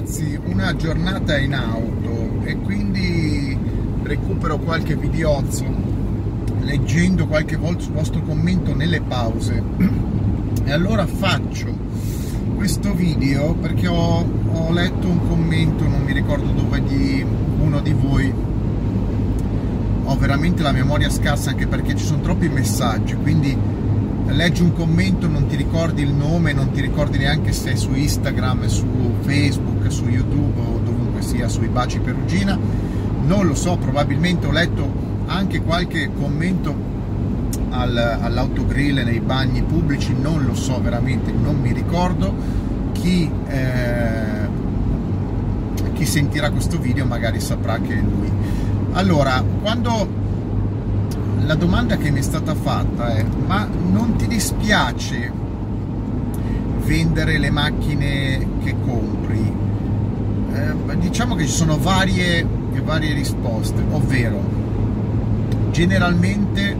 ragazzi, una giornata in auto e quindi recupero qualche videozzo leggendo qualche vostro commento nelle pause e allora faccio questo video perché ho letto un commento, non mi ricordo dove, di uno di voi. Ho veramente la memoria scarsa anche perché ci sono troppi messaggi, quindi leggi un commento, non ti ricordi il nome, non ti ricordi neanche se è su Instagram, su Facebook, su YouTube o dovunque sia, sui Baci Perugina, non lo so. Probabilmente ho letto anche qualche commento all'autogrill nei bagni pubblici, non lo so, veramente non mi ricordo. Chi sentirà questo video magari saprà che è lui. Allora, quando la domanda che mi è stata fatta è: ma non ti dispiace vendere le macchine che compri? Diciamo che ci sono varie risposte, ovvero generalmente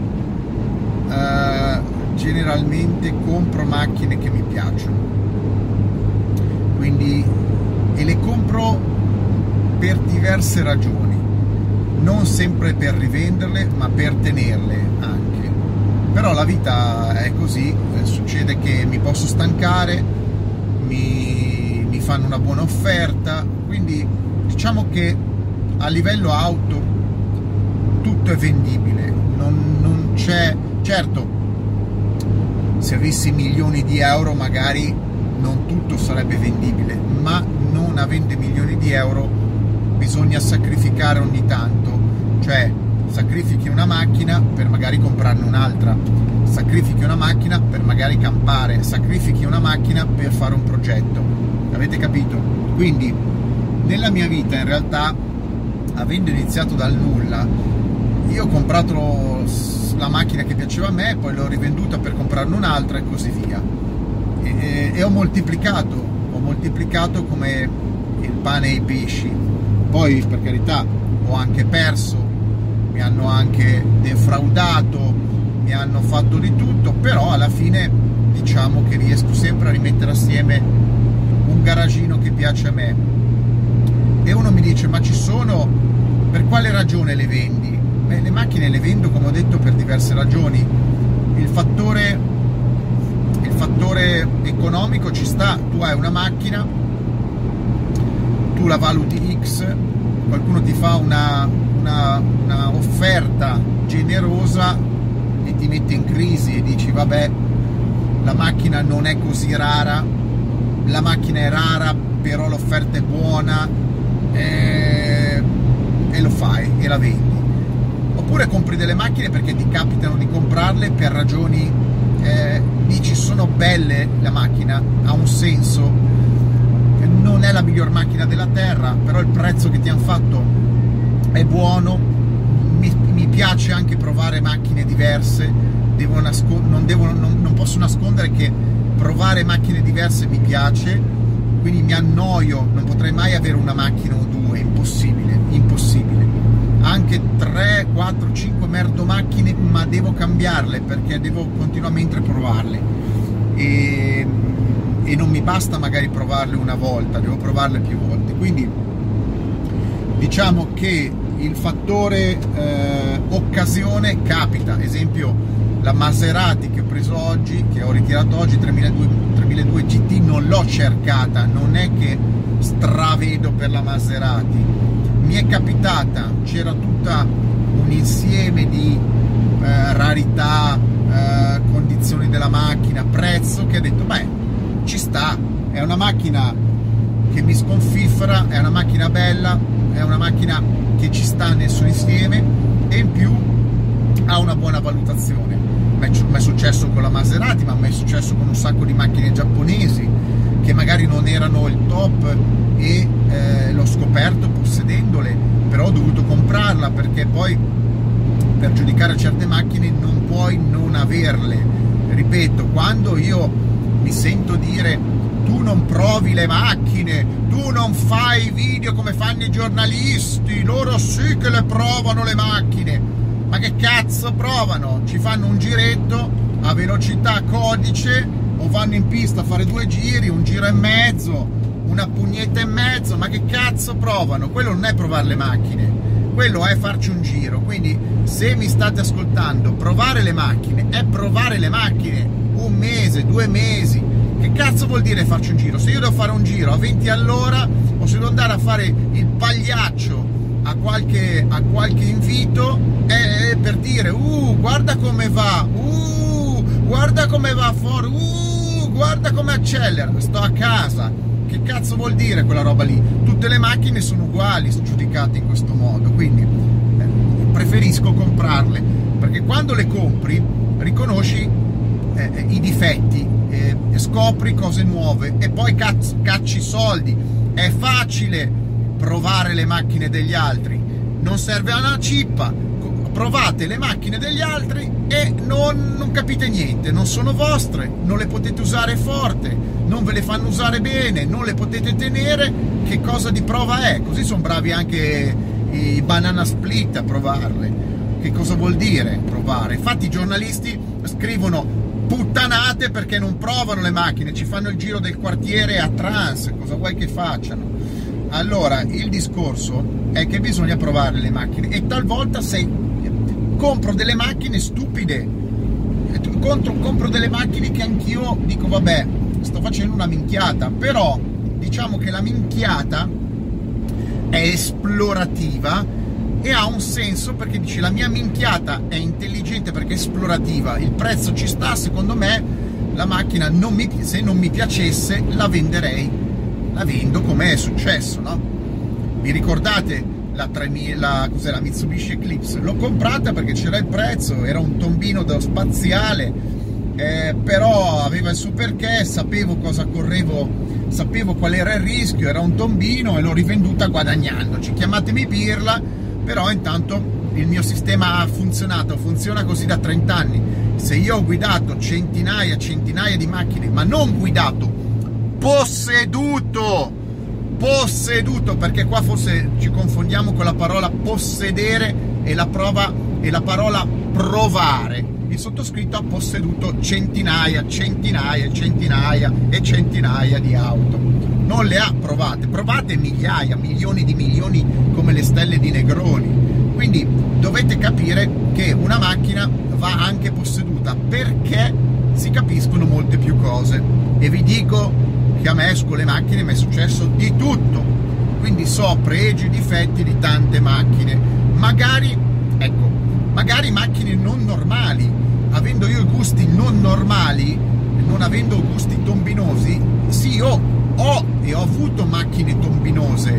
compro macchine che mi piacciono, quindi, e le compro per diverse ragioni. Non sempre per rivenderle, ma per tenerle anche. Però la vita è così, succede che mi posso stancare, mi fanno una buona offerta, quindi diciamo che a livello auto tutto è vendibile, non c'è. Certo, se avessi milioni di euro magari non tutto sarebbe vendibile, ma non avendo milioni di euro bisogna sacrificare ogni tanto, cioè sacrifichi una macchina per magari comprarne un'altra, sacrifichi una macchina per magari campare, sacrifichi una macchina per fare un progetto, avete capito? Quindi nella mia vita, in realtà, avendo iniziato dal nulla, io ho comprato la macchina che piaceva a me, poi l'ho rivenduta per comprarne un'altra e così via, e ho moltiplicato come il pane e i pesci. Poi, per carità, ho anche perso, mi hanno anche defraudato, mi hanno fatto di tutto, però alla fine diciamo che riesco sempre a rimettere assieme un garagino che piace a me. E uno mi dice: ma per quale ragione le vendi? Le macchine le vendo, come ho detto, per diverse ragioni. Il fattore economico ci sta. Tu hai una macchina, tu la valuti X, qualcuno ti fa una offerta generosa e ti mette in crisi e dici: vabbè, la macchina non è così rara, la macchina è rara però l'offerta è buona, e lo fai e la vendi. Oppure compri delle macchine perché ti capitano di comprarle per ragioni, dici: sono belle, la macchina ha un senso, non è la miglior macchina della terra, però il prezzo che ti hanno fatto è buono, mi piace anche provare macchine diverse, non posso nascondere che provare macchine diverse mi piace, quindi mi annoio, non potrei mai avere una macchina o due, impossibile, anche 3, 4, 5 merdo macchine, ma devo cambiarle perché devo continuamente provarle e non mi basta magari provarle una volta, devo provarle più volte. Quindi diciamo che il fattore occasione capita. Esempio, la Maserati che ho preso oggi, che ho ritirato oggi, 3002 GT, non l'ho cercata, non è che stravedo per la Maserati, mi è capitata, c'era tutta un insieme di rarità, condizioni della macchina, prezzo, che ho detto: beh, ci sta, è una macchina che mi sconfiffera, è una macchina bella, è una macchina che ci sta nel suo insieme e in più ha una buona valutazione. Mi è successo con la Maserati, ma mi è successo con un sacco di macchine giapponesi che magari non erano il top e l'ho scoperto possedendole, però ho dovuto comprarla perché poi per giudicare certe macchine non puoi non averle. Ripeto, quando io mi sento dire: tu non provi le macchine, tu non fai video come fanno i giornalisti, loro sì che le provano le macchine. Ma che cazzo provano? Ci fanno un giretto a velocità codice o vanno in pista a fare 2 giri, un giro e mezzo, una pugnetta e mezzo, ma che cazzo provano? Quello non è provare le macchine, quello è farci un giro. Quindi se mi state ascoltando, provare le macchine è provare le macchine, 1 mese, 2 mesi. Che cazzo vuol dire farci un giro? Se io devo fare un giro a 20 all'ora o se devo andare a fare il pagliaccio a qualche invito, è per dire guarda come va, guarda come va fuori, guarda come accelera, sto a casa. Che cazzo vuol dire quella roba lì? Tutte le macchine sono uguali, giudicate in questo modo, quindi preferisco comprarle, perché quando le compri riconosci i difetti, scopri cose nuove e poi cacci soldi. È facile provare le macchine degli altri, non serve a una cippa. Provate le macchine degli altri e non capite niente, non sono vostre, non le potete usare forte, non ve le fanno usare bene, non le potete tenere. Che cosa di prova è? Così sono bravi anche i banana split a provarle. Che cosa vuol dire provare? Infatti i giornalisti scrivono puttanate perché non provano le macchine, ci fanno il giro del quartiere a trance, cosa vuoi che facciano? Allora, il discorso è che bisogna provare le macchine e talvolta compro delle macchine stupide, compro delle macchine che anch'io dico vabbè, sto facendo una minchiata, però diciamo che la minchiata è esplorativa e ha un senso, perché dici la mia minchiata è intelligente perché è esplorativa, il prezzo ci sta, secondo me la macchina se non mi piacesse la venderei, la vendo come è successo, no? Vi ricordate la Mitsubishi Eclipse? L'ho comprata perché c'era il prezzo, era un tombino dello spaziale, però aveva il suo perché, sapevo cosa correvo, sapevo qual era il rischio, era un tombino e l'ho rivenduta guadagnandoci. Chiamatemi pirla, però intanto il mio sistema ha funzionato, funziona così da 30 anni. Se io ho guidato centinaia di macchine, ma non guidato, posseduto, perché qua forse ci confondiamo con la parola possedere e la parola provare. Il sottoscritto ha posseduto centinaia di auto, non le ha provate migliaia, milioni di milioni, come le stelle di Negroni. Quindi dovete capire che una macchina va anche posseduta, perché si capiscono molte più cose. E vi dico che a me con le macchine mi è successo di tutto, quindi so pregi e difetti di tante macchine, magari macchine non normali, avendo io i gusti non normali, non avendo gusti tombinosi. Sì, ho avuto macchine tombinose,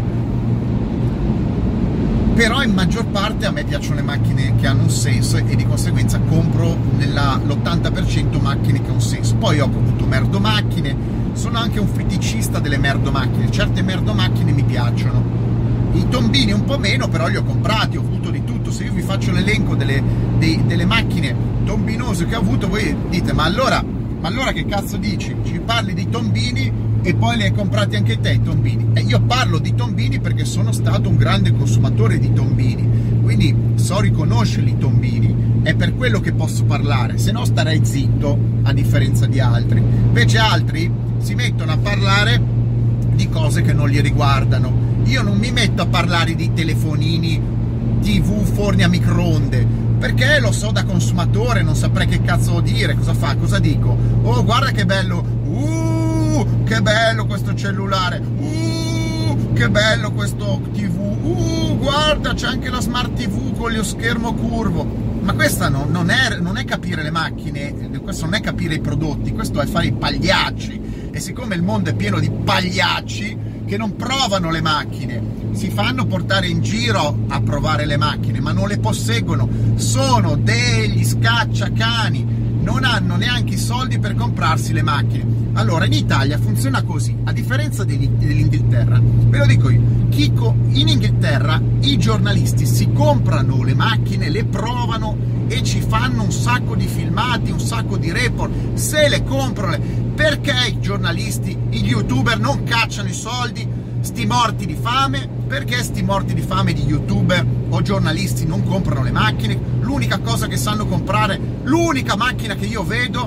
però in maggior parte a me piacciono le macchine che hanno un senso e di conseguenza compro l'80% macchine che hanno un senso. Poi ho avuto merdomacchine, sono anche un feticista delle merdomacchine, certe merdomacchine mi piacciono, i tombini un po' meno, però li ho comprati, ho avuto di tutto. Se io vi faccio l'elenco delle macchine tombinose che ho avuto, voi dite ma allora che cazzo dici? Ci parli di tombini e poi li hai comprati anche te i tombini? Io parlo di tombini perché sono stato un grande consumatore di tombini, quindi so riconoscerli i tombini, è per quello che posso parlare, se no starei zitto, a differenza di altri. Invece altri si mettono a parlare di cose che non li riguardano. Io non mi metto a parlare di telefonini, TV, forni a microonde, perché lo so da consumatore, non saprei che cazzo dire, cosa dico? Oh, guarda che bello, che bello questo cellulare, che bello questo TV, guarda c'è anche la smart TV con lo schermo curvo. Ma questa non è capire le macchine, questo non è capire i prodotti, questo è fare i pagliacci. E siccome il mondo è pieno di pagliacci che non provano le macchine, si fanno portare in giro a provare le macchine, ma non le posseggono, sono degli scacciacani, non hanno neanche i soldi per comprarsi le macchine. Allora in Italia funziona così, a differenza dell'Inghilterra. Ve lo dico io, in Inghilterra i giornalisti si comprano le macchine, le provano e ci fanno un sacco di filmati, un sacco di report, se le comprano. Perché i giornalisti, gli youtuber non cacciano i soldi? Sti morti di fame? Perché sti morti di fame di youtuber o giornalisti non comprano le macchine? L'unica cosa che sanno comprare, l'unica macchina che io vedo è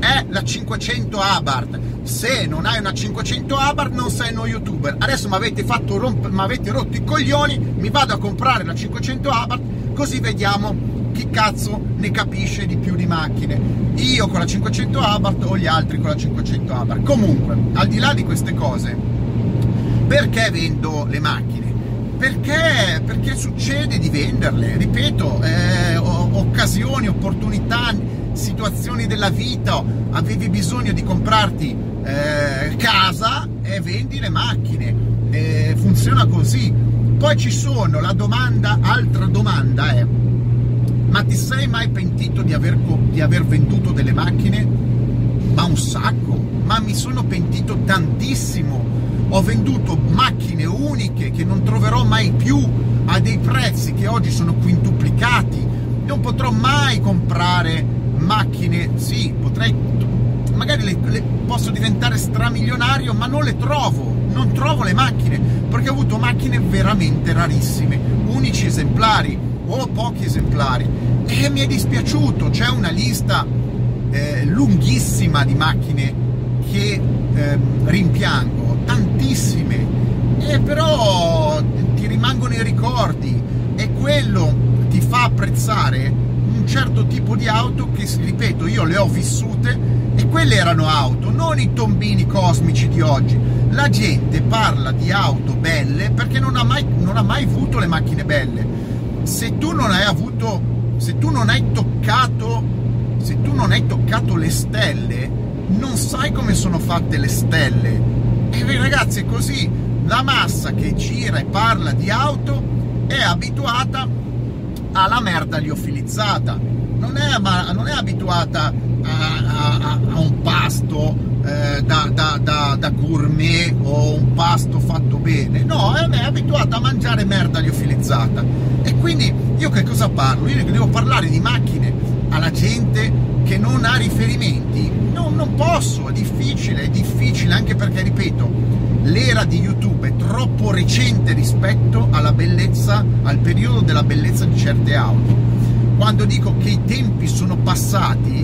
è la 500 Abarth. Se non hai una 500 Abarth non sei uno youtuber. Adesso mi avete rotto i coglioni, mi vado a comprare la 500 Abarth, così vediamo chi cazzo ne capisce di più di macchine, io con la 500 Abarth o gli altri con la 500 Abarth. Comunque, al di là di queste cose, perché vendo le macchine? Perché succede di venderle, ripeto, occasioni, opportunità, situazioni della vita, avevi bisogno di comprarti casa e vendi le macchine, funziona così. Poi ci sono la domanda, altra domanda è: ma ti sei mai pentito di aver venduto delle macchine? Ma un sacco, ma mi sono pentito tantissimo. Ho venduto macchine uniche che non troverò mai più a dei prezzi che oggi sono quintuplicati. Non potrò mai comprare macchine, sì, magari posso diventare stramilionario, ma non le trovo, non trovo le macchine, perché ho avuto macchine veramente rarissime, unici esemplari o pochi esemplari, e mi è dispiaciuto. C'è una lista lunghissima di macchine che rimpiango, tantissime, però ti rimangono i ricordi e quello ti fa apprezzare un certo tipo di auto che, ripeto, io le ho vissute e quelle erano auto, non i tombini cosmici di oggi. La gente parla di auto belle perché non ha mai avuto le macchine belle. Se tu non hai toccato le stelle, non sai come sono fatte le stelle. E ragazzi, è così. La massa che gira e parla di auto è abituata alla merda liofilizzata, non è abituata a un pasto da gourmet o un pasto fatto bene, no, è abituata a mangiare merda liofilizzata. E quindi io che cosa parlo? Io devo parlare di macchine alla gente che non ha riferimenti? Non posso, è difficile, anche perché, ripeto, l'era di YouTube è troppo recente rispetto alla bellezza, al periodo della bellezza di certe auto. Quando dico che i tempi sono passati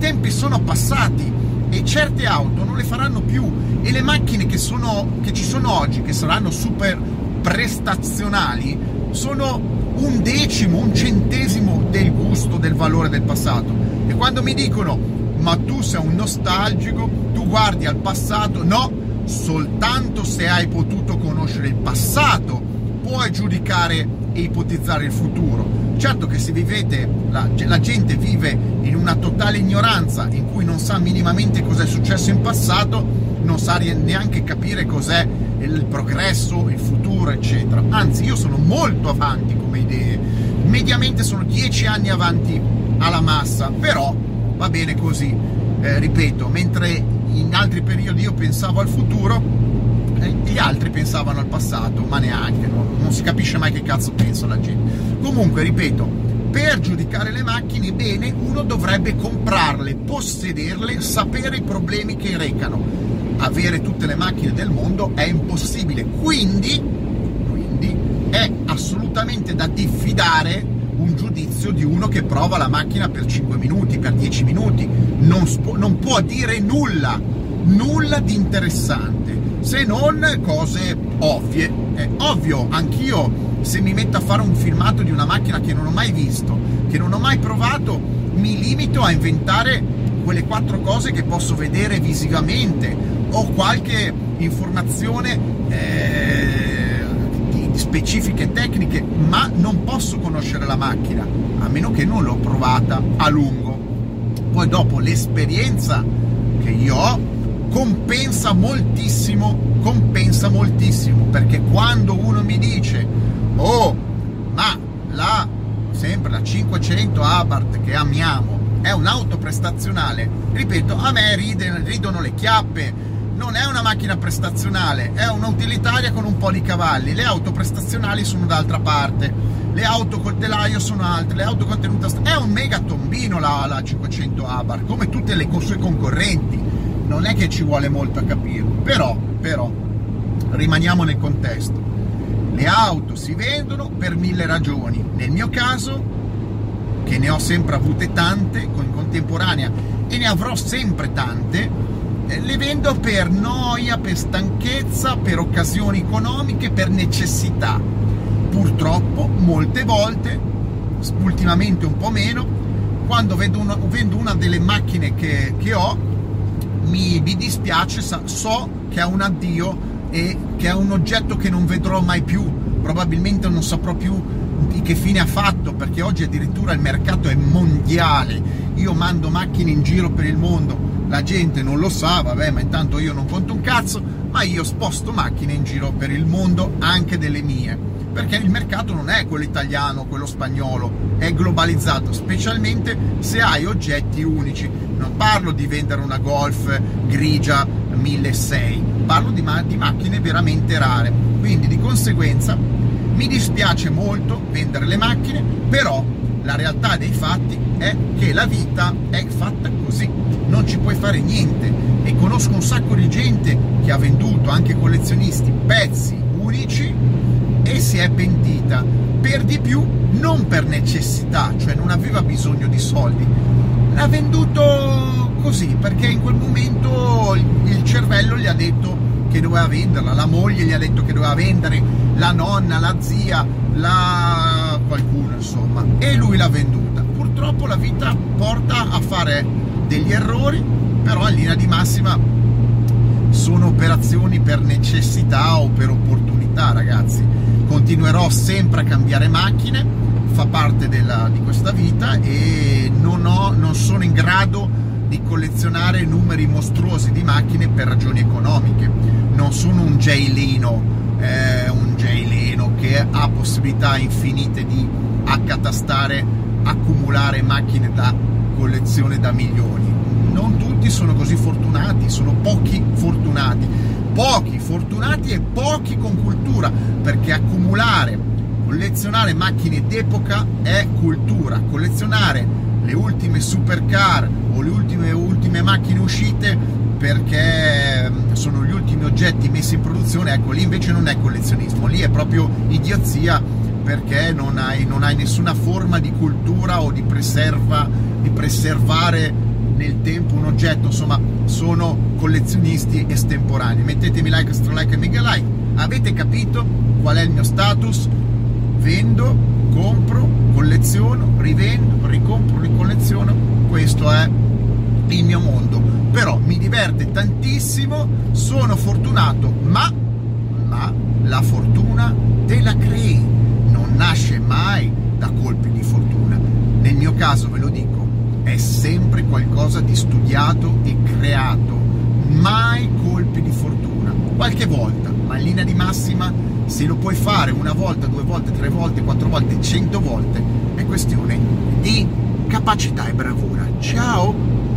e certe auto non le faranno più, e le macchine che ci sono oggi, che saranno super prestazionali, sono un decimo, un centesimo del gusto, del valore del passato. E quando mi dicono: ma tu sei un nostalgico, tu guardi al passato, no, soltanto se hai potuto conoscere il passato puoi giudicare e ipotizzare il futuro. Certo che se la gente vive in una totale ignoranza, in cui non sa minimamente cosa è successo in passato, non sa neanche capire cos'è il progresso, il futuro, eccetera. Anzi, io sono molto avanti come idee, mediamente sono 10 anni avanti alla massa, però va bene così. Ripeto, mentre in altri periodi io pensavo al futuro, gli altri pensavano al passato, ma neanche, non si capisce mai che cazzo pensa la gente. Comunque, ripeto, per giudicare le macchine bene uno dovrebbe comprarle, possederle, sapere i problemi che recano. Avere tutte le macchine del mondo è impossibile, quindi è assolutamente da diffidare un giudizio di uno che prova la macchina per 5 minuti, per 10 minuti, non può dire nulla di interessante, se non cose ovvie. È ovvio, anch'io, se mi metto a fare un filmato di una macchina che non ho mai visto, che non ho mai provato, mi limito a inventare quelle 4 cose che posso vedere visivamente, o qualche informazione di specifiche tecniche, ma non posso conoscere la macchina a meno che non l'ho provata a lungo. Poi dopo l'esperienza che io ho compensa moltissimo, perché quando uno mi dice: oh, ma sempre la 500 Abarth che amiamo è un'auto prestazionale, ripeto, a me ridono le chiappe. Non è una macchina prestazionale, è un'utilitaria con un po' di cavalli. Le auto prestazionali sono d'altra parte, le auto col telaio sono altre, le auto contenute è un mega tombino la 500 Abarth, come tutte le sue concorrenti. Non è che ci vuole molto a capirlo, però rimaniamo nel contesto. Le auto si vendono per 1000 ragioni. Nel mio caso, che ne ho sempre avute tante in contemporanea, e ne avrò sempre tante. Le vendo per noia, per stanchezza, per occasioni economiche, per necessità. Purtroppo molte volte, ultimamente un po' meno, quando vendo una delle macchine che ho, mi dispiace, so che ha un addio e che è un oggetto che non vedrò mai più, probabilmente non saprò più di che fine ha fatto, perché oggi addirittura il mercato è mondiale. Io mando macchine in giro per il mondo, la gente non lo sa, vabbè, ma intanto io non conto un cazzo, ma io sposto macchine in giro per il mondo, anche delle mie, perché il mercato non è quello italiano, quello spagnolo, è globalizzato, specialmente se hai oggetti unici. Non parlo di vendere una Golf grigia 1600, parlo di macchine veramente rare, quindi di conseguenza mi dispiace molto vendere le macchine, però la realtà dei fatti è che la vita è fatta così, non ci puoi fare niente. E conosco un sacco di gente che ha venduto, anche collezionisti, pezzi unici e si è pentita, per di più non per necessità, cioè non aveva bisogno di soldi, l'ha venduto così perché in quel momento il cervello gli ha detto che doveva venderla, la moglie gli ha detto che doveva vendere, la nonna, la zia, qualcuno insomma, e lui l'ha venduta. Purtroppo la vita porta a fare degli errori, però in linea di massima sono operazioni per necessità o per opportunità, ragazzi. Continuerò sempre a cambiare macchine, fa parte di questa vita, e non sono in grado di collezionare numeri mostruosi di macchine per ragioni economiche. Non sono un Jay Leno che ha possibilità infinite di accatastare, accumulare macchine da collezione da milioni. Non tutti sono così fortunati, sono pochi fortunati e pochi con cultura, perché collezionare macchine d'epoca è cultura. Collezionare le ultime supercar o le ultime macchine uscite perché sono gli ultimi oggetti messi in produzione, ecco, lì invece non è collezionismo, lì è proprio idiozia, perché non hai nessuna forma di cultura o di preservare nel tempo un oggetto. Insomma, sono collezionisti estemporanei. Mettetemi like, extra like e mega like. Avete capito qual è il mio status? Vendo, compro, colleziono, rivendo, ricompro, ricolleziono. Questo è il mio mondo, però mi diverte tantissimo, sono fortunato, ma la fortuna te la crei, non nasce mai da colpi di fortuna. Nel mio caso, ve lo dico, è sempre qualcosa di studiato e creato, mai colpi di fortuna. Qualche volta, ma in linea di massima, se lo puoi fare una volta, 2 volte, 3 volte, 4 volte, 100 volte, è questione di capacità e bravura. Ciao!